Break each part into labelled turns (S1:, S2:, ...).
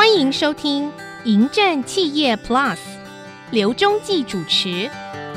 S1: 欢迎收听迎战企业 Plus， 刘中继主持。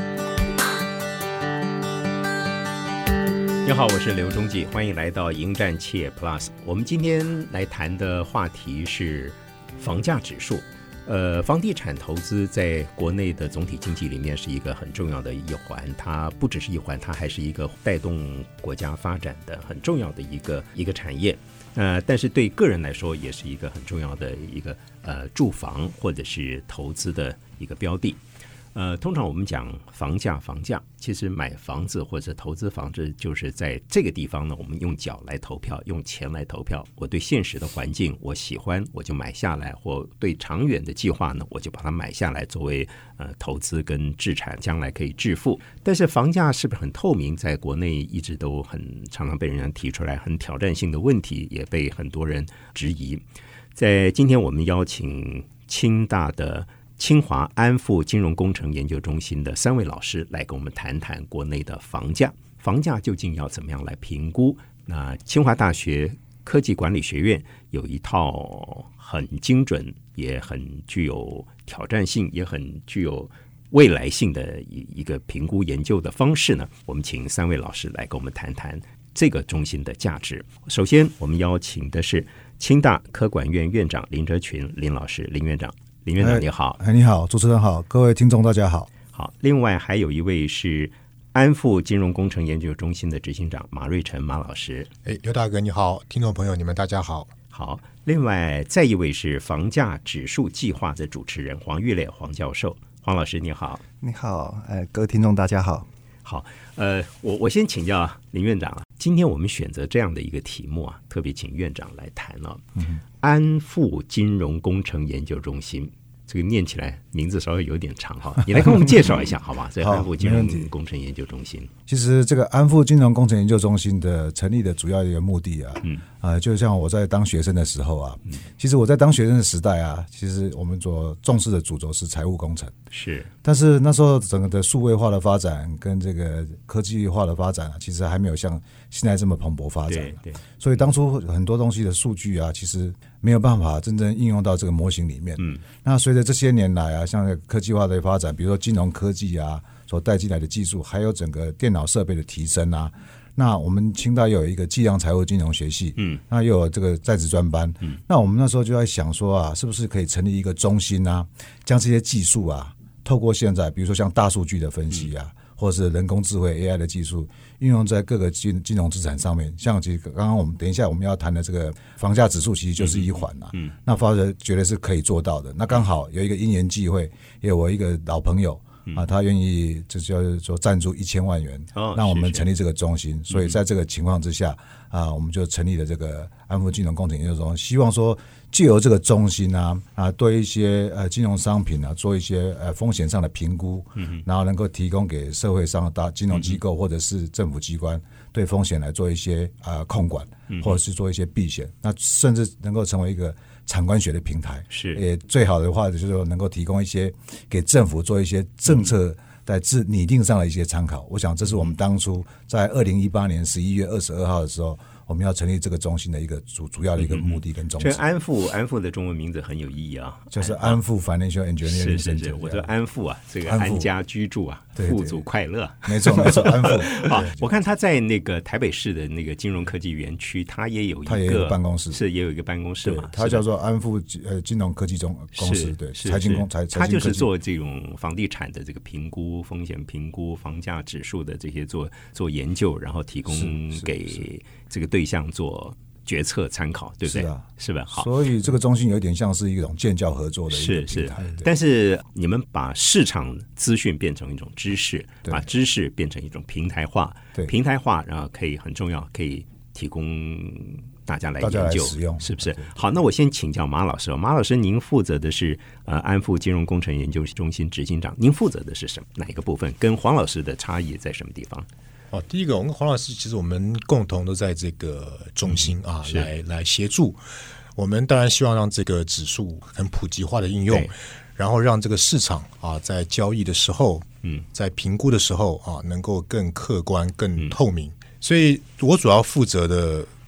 S2: 你好，我是刘中继，欢迎来到迎战企业 Plus。我们今天来谈的话题是房价指数。房地产投资在国内的总体经济里面是一个很重要的一环，它不只是一环，它还是一个带动国家发展的很重要的一个产业。但是对个人来说，也是一个很重要的一个住房或者是投资的一个标的。通常我们讲房价，其实买房子或者投资房子，就是在这个地方呢，我们用脚来投票，用钱来投票。我对现实的环境我喜欢，我就买下来；或对长远的计划呢，我就把它买下来，作为投资跟置产，将来可以致富。但是房价是不是很透明？在国内一直都常常被人家提出来很挑战性的问题，也被很多人质疑。在今天我们邀请清大的清华安富金融工程研究中心的3位老师来跟我们谈谈国内的房价究竟要怎么样来评估。那清华大学科技管理学院有一套很精准也很具有挑战性也很具有未来性的一个评估研究的方式呢，我们请3位老师来跟我们谈谈这个中心的价值。首先我们邀请的是清大科管院院长林哲群林老师，林院长你好。
S3: 你好，主持人好，各位听众大家好。
S2: 好，另外还有一位是安富金融工程研究中心的执行长马瑞成马老师。
S4: 刘大哥你好，听众朋友你们大家好。
S2: 好，另外再一位是房价指数计划的主持人黄玉烈黄教授。黄老师你好。
S5: 你好，各位听众大家好。
S2: 好，我先请教林院长。今天我们选择这样的一个题目啊，特别请院长来谈安富金融工程研究中心，这个念起来名字稍微有点长哈，你来跟我们介绍一下好吧？这安富金融工程研究中心，
S3: 其实这个安富金融工程研究中心的成立的主要一个目的就像我在当学生的时候啊，其实我在当学生的时代啊，其实我们所重视的主轴是财务工程，
S2: 是，
S3: 但是那时候整个的数位化的发展跟这个科技化的发展其实还没有像现在这么蓬勃发展。
S2: 对，
S3: 所以当初很多东西的数据啊，其实没有办法真正应用到这个模型里面。那随着这些年来啊，像科技化的发展，比如说金融科技啊所带进来的技术，还有整个电脑设备的提升啊，那我们清大又有一个计量财务金融学系，那又有这个在职专班，那我们那时候就在想说啊，是不是可以成立一个中心啊，将这些技术啊，透过现在比如说像大数据的分析啊，或者是人工智慧 AI 的技术，运用在各个金融资产上面。像其实刚刚我们等一下我们要谈的这个房价指数，其实就是一环啦。那发觉觉得是可以做到的。那刚好有一个因缘际会，也有我一个老朋友。他愿意就叫做赞助1000万元，让我们成立这个中心。所以在这个情况之下我们就成立了这个安富金融工程研究中心，希望说藉由这个中心对一些金融商品做一些风险上的评估，然后能够提供给社会上的大金融机构或者是政府机关对风险来做一些控管，或者是做一些避险，那甚至能够成为一个产官学的平台。
S2: 是，
S3: 也最好的话就是说能够提供一些给政府做一些政策在拟定上的一些参考。我想这是我们当初在2018年11月22号的时候，我们要成立这个中心的一个主要的一个目的跟宗旨。
S2: 这安富的中文名字很有意义啊，
S3: 就是安富 Financial Engineering Center。
S2: 是，我说安富啊，这个安家居住啊，富足快乐。
S3: 没错，安富。
S2: 好，我看他在那个台北市的那个金融科技园区，他也有一个
S3: 办公室，
S2: 也有一个办公室嘛，
S3: 它叫做安富金融科技公司，对，财经
S2: 他就是做这种房地产的这个评估、风险评估、房价指数的这些做研究，然后提供给这个对象做决策参考，对不对？是吧？好，
S3: 所以这个中心有点像是一种建教合作的一个平台。
S2: 但是你们把市场资讯变成一种知识，把知识变成一种平台化，平台化然后可以很重要，可以提供大家来研究，
S3: 使用，
S2: 是不是？好，那我先请教马老师。马老师，您负责的是安富金融工程研究中心执行长，您负责的是什么？哪一个部分？跟黄老师的差异在什么地方？
S4: 第一个，我跟黄老师其实我们共同都在这个中心来协助。我们当然希望让这个指数很普及化的应用，然后让这个市场在交易的时候，在评估的时候能够更客观、更透明。所以我主要负责的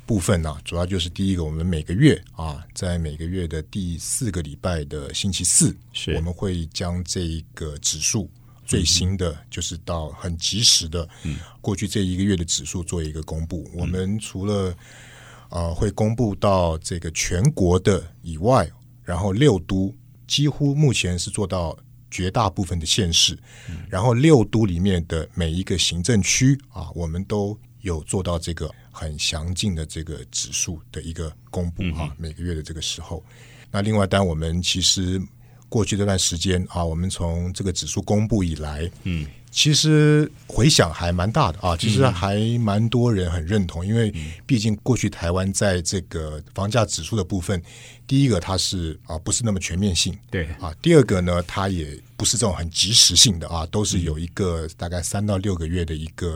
S4: 部分呢，主要就是第一个，我们每个月在每个月的第4个礼拜的星期四，我们会将这一个指数最新的，就是到很及时的过去这1个月的指数做一个公布。我们除了会公布到这个全国的以外，然后6都几乎目前是做到绝大部分的县市，然后6都里面的每一个行政区我们都有做到这个很详尽的这个指数的一个公布每个月的这个时候。那另外当然我们其实过去这段时间我们从这个指数公布以来，其实回响还蛮大的其实还蛮多人很认同，因为毕竟过去台湾在这个房价指数的部分，第一个它是不是那么全面性，
S2: 对
S4: 第二个呢，它也不是这种很及时性的都是有一个大概3到6个月的一个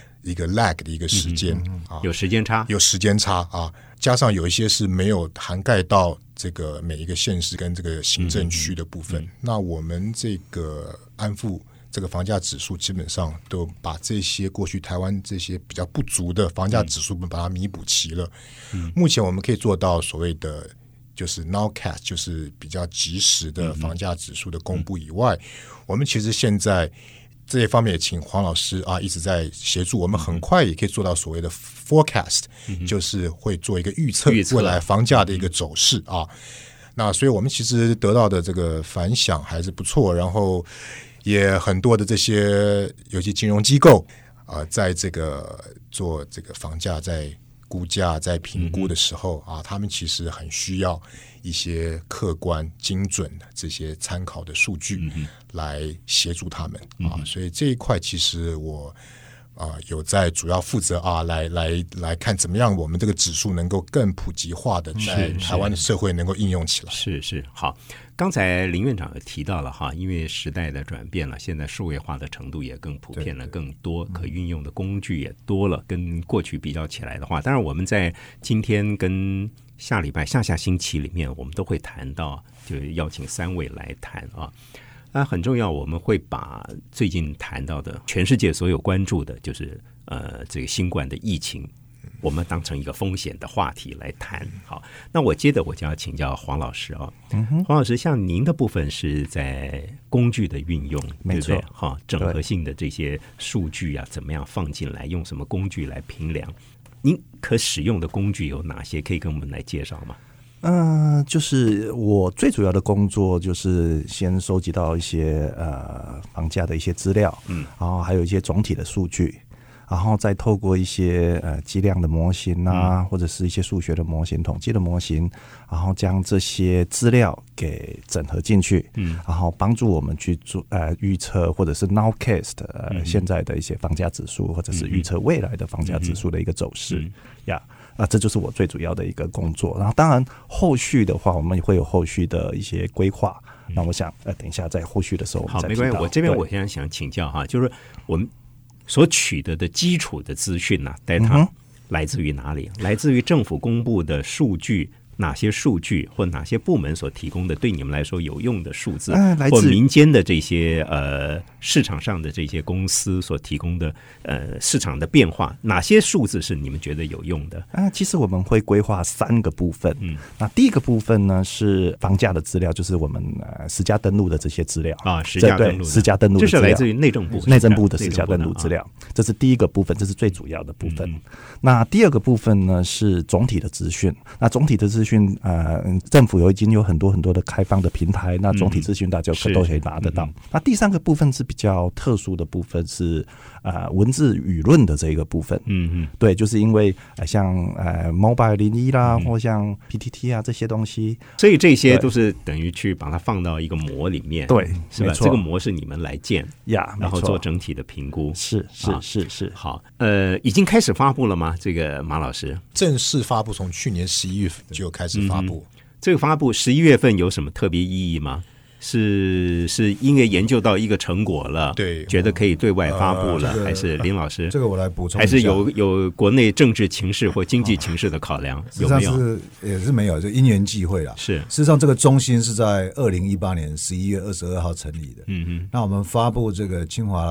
S4: lag 的一个时间
S2: 有时间差
S4: 加上有一些是没有涵盖到这个每一个县市跟这个行政区的部分。那我们这个安富这个房价指数基本上都把这些过去台湾这些比较不足的房价指数把它弥补齐了。目前我们可以做到所谓的就是 nowcast， 就是比较及时的房价指数的公布以外，我们其实现在这一方面也请黄老师一直在协助我们，很快也可以做到所谓的 forecast，就是会做一个预测未来房价的一个走势那所以我们其实得到的这个反响还是不错，然后也很多的这些尤其金融机构在这个做这个房价在估价在评估的时候他们其实很需要一些客观精准的这些参考的数据来协助他们所以这一块其实我有在主要负责来看怎么样我们这个指数能够更普及化的在台湾的社会能够应用起来。
S2: 是好，刚才林院长也提到了因为时代的转变了，现在数位化的程度也更普遍了，更多可运用的工具也多了，跟过去比较起来的话，当然我们在今天跟下礼拜下星期里面我们都会谈到，就是邀请3位来谈很重要，我们会把最近谈到的全世界所有关注的就是这个新冠的疫情，我们当成一个风险的话题来谈。好，那我接着我就要请教黄老师黄老师，像您的部分是在工具的运用，
S5: 没错，
S2: 对不对？整合性的这些数据怎么样放进来，用什么工具来评量？您可使用的工具有哪些？可以跟我们来介绍吗？
S5: 就是我最主要的工作就是先收集到一些房价的一些资料，然后还有一些总体的数据，然后再透过一些计量的模型或者是一些数学的模型、统计的模型，然后将这些资料给整合进去，然后帮助我们去做预测或者是 nowcast 现在的一些房价指数，或者是预测未来的房价指数的一个走势这就是我最主要的一个工作。然后当然后续的话我们会有后续的一些规划，那我想等一下在后续的时候我们再提到。
S2: 好，没关系，我这边我现在想请教就是我们所取得的基础的资讯data 来自于哪里？来自于政府公布的数据，哪些数据或哪些部门所提供的对你们来说有用的数字，或民间的这些市场上的这些公司所提供的市场的变化，哪些数字是你们觉得有用的？
S5: 其实我们会规划3个部分。那第一个部分呢是房价的资料，就是我们实价登录的这些资料
S2: 实价登录的，
S5: 实价登录的资料，
S2: 这是来自于内政部
S5: 的实价登录资料，这是第一个部分，这是最主要的部分。那第二个部分呢是总体的资讯。那总体的资讯政府已经有很多很多的开放的平台，那总体资讯大家都可以拿得到。那第3个部分是比较特殊的部分，是文字舆论的这个部分。对，就是因为像Mobile 01啦，或像 PTT 这些东西，
S2: 所以这些都是等于去把它放到一个模里面，
S5: 对，
S2: 是吧？这个模是你们来建然后做整体的评估。
S5: 是。
S2: 好，已经开始发布了吗？这个马老师
S4: 正式发布，从去年11月份就开始发布。
S2: 这个发布11月份有什么特别意义吗？是因为研究到一个成果了，
S4: 对，
S2: 觉得可以对外发布了，还是林老师？
S3: 这个我来补充一下，
S2: 还是有国内政治情势或经济情势的考量？有没有？
S3: 也是没有，就因缘际会啦。
S2: 是，
S3: 事实上这个中心是在2018年11月22号成立的。那我们发布这个清华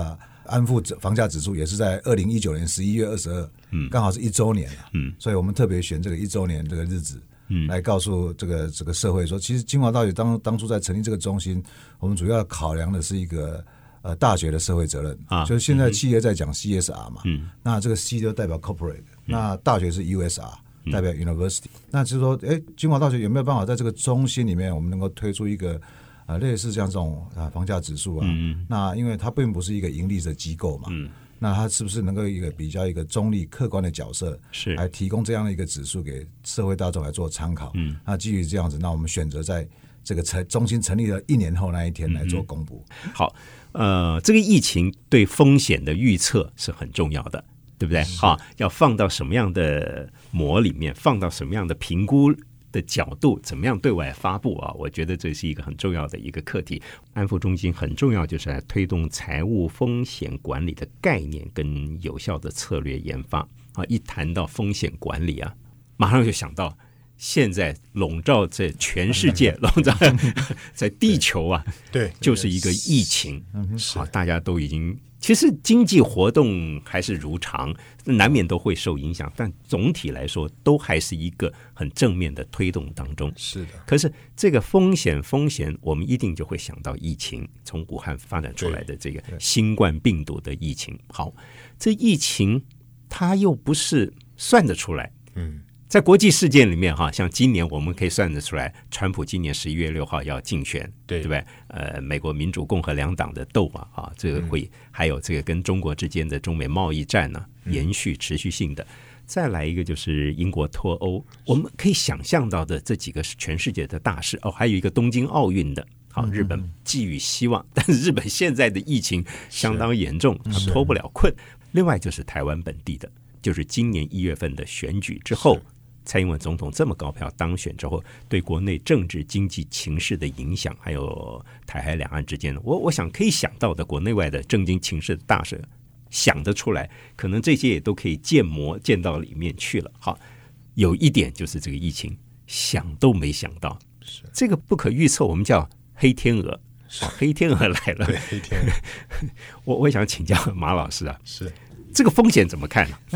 S3: 安富房价指数也是在2019年11月22，刚好是1周年了，所以我们特别选这个1周年这个日子，来告诉这个社会说，其实清华大学当初在成立这个中心，我们主要考量的是一个大学的社会责任啊，就是现在企业在讲 CSR 嘛，那这个 C 就代表 corporate，那大学是 USR。代表 University， 那就是说，清华大学有没有办法在这个中心里面，我们能够推出一个类似像这种房价指数啊？那因为它并不是一个盈利的机构嘛，那它是不是能够比较一个中立客观的角色，是来提供这样的一个指数给社会大众来做参考？那基于这样子，那我们选择在这个中心成立了1年后那一天来做公布。
S2: 好，这个疫情对风险的预测是很重要的。对不对？要放到什么样的模里面，放到什么样的评估的角度，怎么样对外发布啊？我觉得这是一个很重要的一个课题。安富中心很重要，就是来推动财务风险管理的概念跟有效的策略研发啊。一谈到风险管理啊，马上就想到现在笼罩在全世界，笼罩在地球啊，
S4: 对，
S2: 就是一个疫情啊，大家都已经。其实经济活动还是如常，难免都会受影响，但总体来说都还是一个很正面的推动当中。
S4: 是的。
S2: 可是这个风险，我们一定就会想到疫情，从武汉发展出来的这个新冠病毒的疫情。好，这疫情它又不是算得出来。在国际事件里面像今年我们可以算得出来，川普今年11月6号要竞选，对不对？美国民主共和两党的斗这个会还有这个跟中国之间的中美贸易战呢，延续持续性的。再来一个就是英国脱欧，我们可以想象到的这几个是全世界的大事还有一个东京奥运的。好，日本寄予希望，但是日本现在的疫情相当严重，它脱不了困。另外就是台湾本地的，就是今年1月份的选举之后。蔡英文总统这么高票当选之后，对国内政治经济情势的影响，还有台海两岸之间的，我想可以想到的国内外的政经情势的大事，想得出来，可能这些也都可以建到里面去了。好，有一点就是这个疫情，想都没想到，这个不可预测，我们叫黑天鹅。黑天鹅来了，
S4: 对，黑天鹅。
S2: 我想请教马老师啊，
S4: 是
S2: 这个风险怎么看呢？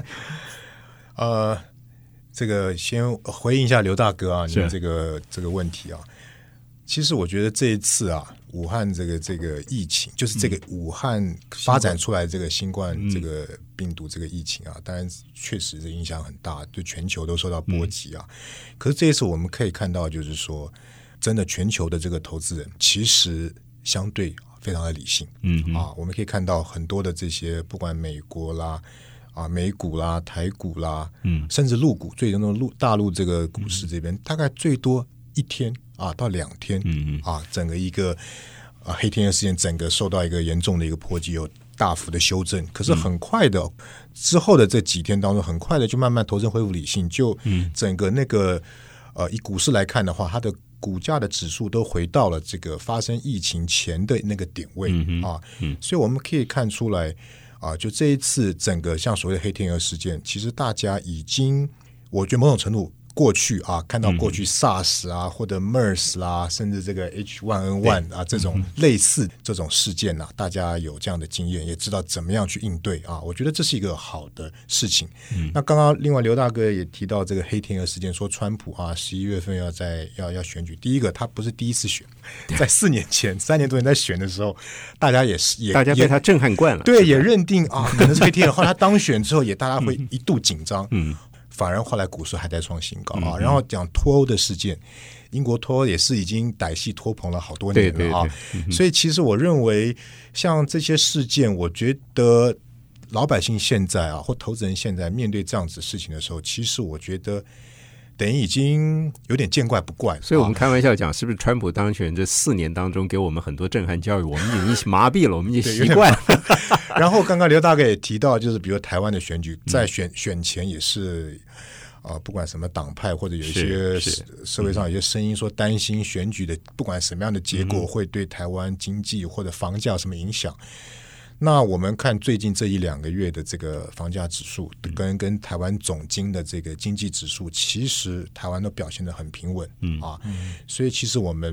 S4: 这个先回应一下刘大哥啊，你这个问题啊，其实我觉得这一次武汉这个疫情，就是这个武汉发展出来这个新冠这个病毒这个疫情当然确实这影响很大，对全球都受到波及可是这一次我们可以看到，就是说，真的全球的这个投资人其实相对非常的理性，我们可以看到很多的这些，不管美国啦。美股啦、台股啦，甚至陆股，最终的大陆这个股市这边，大概最多1天到2天，整个一个黑天鹅事件，整个受到一个严重的一个波及，有大幅的修正。可是很快的之后的这几天当中，很快的就慢慢投资人恢复理性，就整个那个以股市来看的话，它的股价的指数都回到了这个发生疫情前的那个点位所以我们可以看出来。就这一次整个像所谓的黑天鹅事件，其实大家已经，我觉得某种程度过去看到过去 SARS 或者 MERS 啦，甚至这个 H1N1 这种类似这种事件大家有这样的经验，也知道怎么样去应对我觉得这是一个好的事情。那刚刚另外刘大哥也提到这个黑天鹅事件，说川普11月份要选举，第一个他不是第一次选，在3年多前在选的时候，大家
S2: 大家被他震撼惯了，
S4: 对，也认定可能是黑天鹅。后来他当选之后，也大家会一度紧张，反而后来股市还在创新高然后讲脱欧的事件，英国脱欧也是已经歹戏拖棚了好多年了所以其实我认为像这些事件，我觉得老百姓现在或投资人现在面对这样子事情的时候，其实我觉得等于已经有点见怪不怪。
S2: 所以我们开玩笑讲，是不是川普当选这4年当中给我们很多震撼教育，我们已经麻痹了，我们已经习惯了
S4: 然后刚刚刘大哥也提到，就是比如台湾的选举，在选前也是不管什么党派或者有一些社会上有些声音说担心选举的不管什么样的结果会对台湾经济或者房价有什么影响。那我们看最近这1-2个月的这个房价指数跟台湾总经的这个经济指数，其实台湾都表现得很平稳所以其实我们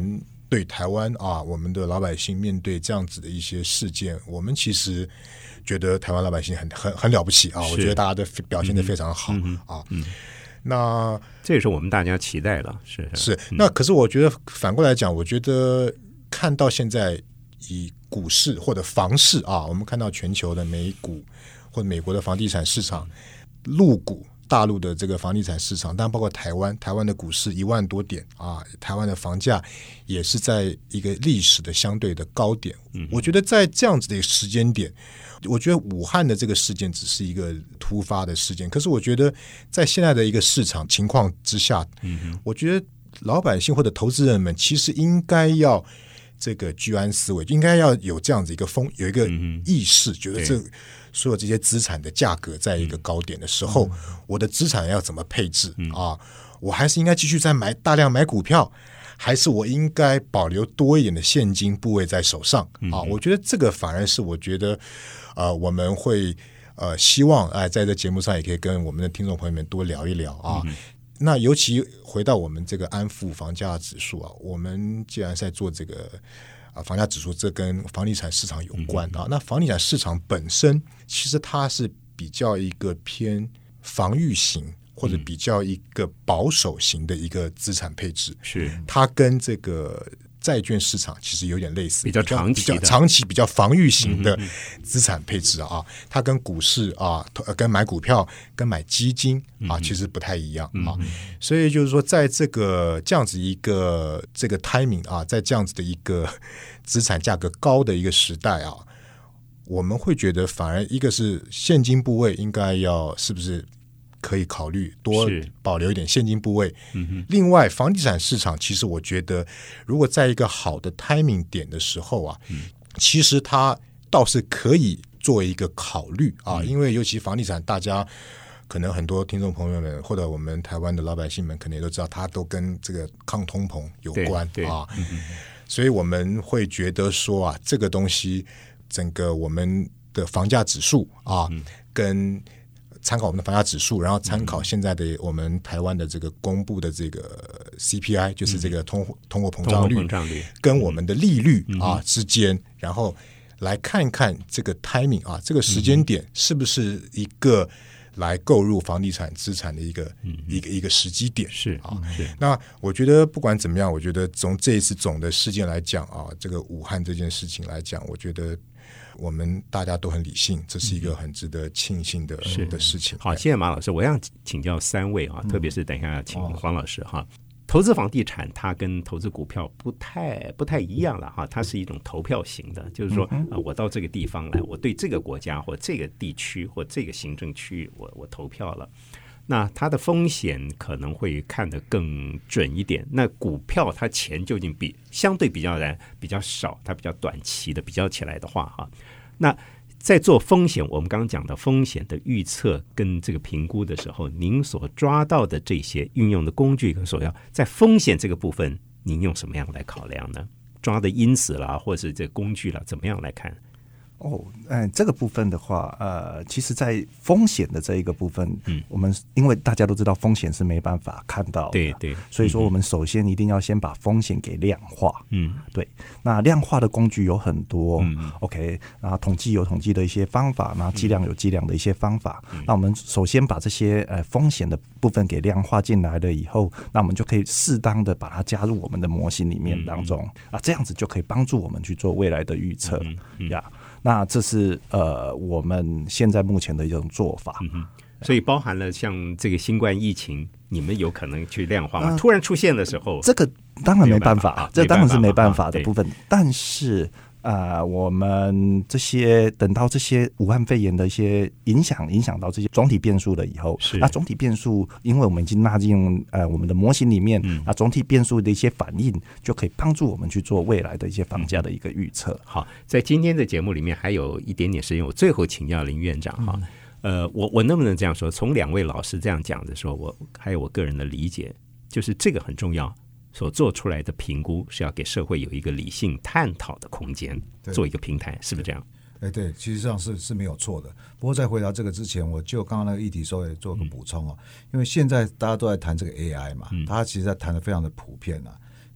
S4: 对台湾啊，我们的老百姓面对这样子的一些事件，我们其实觉得台湾老百姓很了不起啊，我觉得大家都表现得非常好啊。那
S2: 这也是我们大家期待了，是。
S4: 那可是我觉得反过来讲，我觉得看到现在以股市或者房市啊，我们看到全球的美股或者美国的房地产市场，陆股大陆的这个房地产市场，当然包括台湾的股市1万多点啊，台湾的房价也是在一个历史的相对的高点。我觉得在这样子的一个时间点，我觉得武汉的这个事件只是一个突发的事件，可是我觉得在现在的一个市场情况之下，我觉得老百姓或者投资人们其实应该要这个居安思危，应该要有这样子有一个意识，觉得所有这些资产的价格在一个高点的时候，我的资产要怎么配置啊？我还是应该继续大量买股票，还是我应该保留多一点的现金部位在手上啊？我觉得这个反而是我觉得我们会希望在这节目上也可以跟我们的听众朋友们多聊一聊啊。那尤其回到我们这个安抚房价指数啊，我们既然在做这个房价指数，这跟房地产市场有关啊。那房地产市场本身其实它是比较一个偏防御型或者比较一个保守型的一个资产配置，
S2: 是
S4: 它跟这个债券市场其实有点类似，
S2: 比较长
S4: 期比较防御型的资产配置啊，它跟股市啊、跟买股票、跟买基金啊，其实不太一样啊。所以就是说，在这样子一个这个 timing 啊，在这样子的一个资产价格高的一个时代啊，我们会觉得反而一个是现金部位应该是不是可以考虑多保留一点现金部位。另外，房地产市场其实我觉得，如果在一个好的 timing 点的时候啊，其实它倒是可以作为一个考虑啊，因为尤其房地产，大家可能很多听众朋友们或者我们台湾的老百姓们可能也都知道，它都跟这个抗通膨有关啊，所以我们会觉得说啊，这个东西整个我们的房价指数啊，跟参考我们的房价指数，然后参考现在的我们台湾的这个公布的这个 CPI， 就是这个通货膨胀率跟我们的利率啊之间，然后来看看这个 timing 啊，这个时间点是不是一个来购入房地产资产的一个时机点
S2: 是啊。
S4: 那我觉得不管怎么样，我觉得从这一次总的事件来讲啊，这个武汉这件事情来讲，我觉得我们大家都很理性，这是一个很值得庆幸的事情。
S2: 好，谢谢马老师。我要请教3位啊，特别是等一下请黄老师哈。投资房地产它跟投资股票不太一样了哈，它是一种投票型的，就是说我到这个地方来，我对这个国家或这个地区或这个行政区域我投票了，那它的风险可能会看得更准一点。那股票它钱究竟相对比较少，它比较短期的比较起来的话哈，那在做风险，我们刚刚讲的风险的预测跟这个评估的时候，您所抓到的这些运用的工具跟所要在风险这个部分，您用什么样来考量呢？抓的因子啦，或者是这个工具啦，怎么样来看？
S5: 这个部分的话，其实在风险的这一个部分，我们因为大家都知道风险是没办法看到的，对，所以说我们首先一定要先把风险给量化，对。那量化的工具有很多，OK， 然后统计有统计的一些方法，然后计量有计量的一些方法。那我们首先把这些风险的部分给量化进来了以后，那我们就可以适当的把它加入我们的模型里面当中这样子就可以帮助我们去做未来的预测呀。那这是我们现在目前的一种做法，
S2: 所以包含了像这个新冠疫情，你们有可能去量化吗？突然出现的时候，
S5: 这个当然没办法，这当然是没办法的部分。但是我们等到这些武汉肺炎的一些影响到这些总体变数了以后，那总体变数因为我们已经纳进我们的模型里面，那总体变数的一些反应就可以帮助我们去做未来的一些房价的一个预测。
S2: 好，在今天的节目里面还有一点点时间，我最后请教林院长哈。我能不能这样说？从2位老师这样讲的时候，我还有我个人的理解，就是这个很重要。所做出来的评估是要给社会有一个理性探讨的空间，做一个平台，是不是这样？
S3: 对，其实上是没有错的。不过在回答这个之前，我就刚刚那个议题稍微做个补充因为现在大家都在谈这个 AI 嘛，它其实在谈的非常的普遍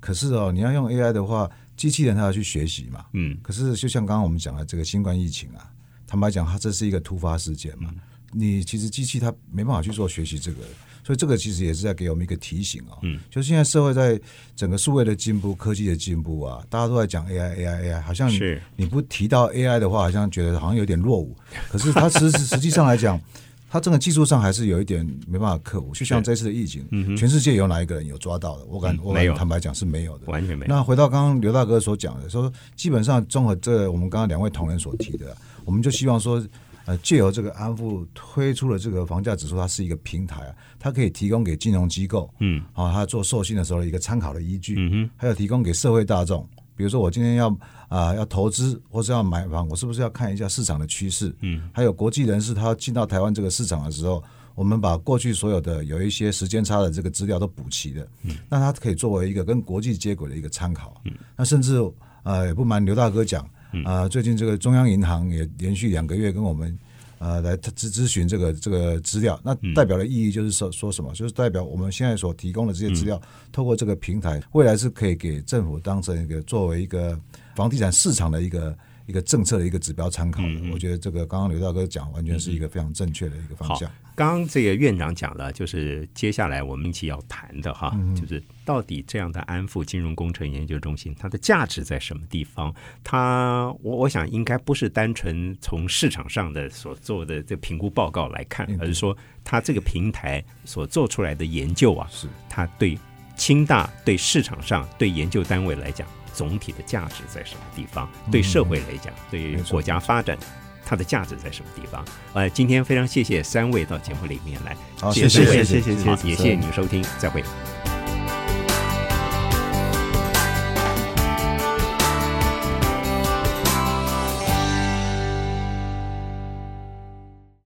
S3: 可是你要用 AI 的话，机器人它要去学习嘛。可是就像刚刚我们讲的这个新冠疫情啊，坦白讲，它这是一个突发事件嘛。你其实机器它没办法去做学习这个，所以这个其实也是在给我们一个提醒就是现在社会在整个数位的进步、科技的进步啊，大家都在讲 AI， 好像你不提到 AI 的话，好像觉得好像有点落伍。可是它实际上来讲，它整个技术上还是有一点没办法克服。就像这次的疫情，全世界有哪一个人有抓到的？我敢坦白讲是没有的，
S2: 完全没有。
S3: 那回到刚刚刘大哥所讲的，说基本上综合这我们刚刚两位同仁所提的，我们就希望说。藉由这个安富推出了这个房价指数，它是一个平台啊，它可以提供给金融机构，它做授信的时候的一个参考的依据，还有提供给社会大众。比如说我今天要投资或是要买房，我是不是要看一下市场的趋势？还有国际人士他进到台湾这个市场的时候，我们把过去所有的有一些时间差的这个资料都补齐了，那它可以作为一个跟国际接轨的一个参考。那甚至也不瞒刘大哥讲。最近这个中央银行也连续2个月跟我们来咨询这个资料，那代表的意义就是说什么？就是代表我们现在所提供的这些资料，透过这个平台，未来是可以给政府当成一个作为一个房地产市场的一个政策的一个指标参考的。我觉得这个刚刚刘大哥讲，完全是一个非常正确的一个方向。
S2: 刚刚这个院长讲了，就是接下来我们一起要谈的就是到底这样的安富金融工程研究中心它的价值在什么地方？我想应该不是单纯从市场上的所做的这评估报告来看，而是说它这个平台所做出来的研究啊，是它对清大、对市场上、对研究单位来讲，总体的价值在什么地方？对社会来讲，对国家发展。它的价值在什么地方？今天非常谢谢3位到节目里面来，
S3: 好，谢谢，
S2: 也谢谢您收听，再会。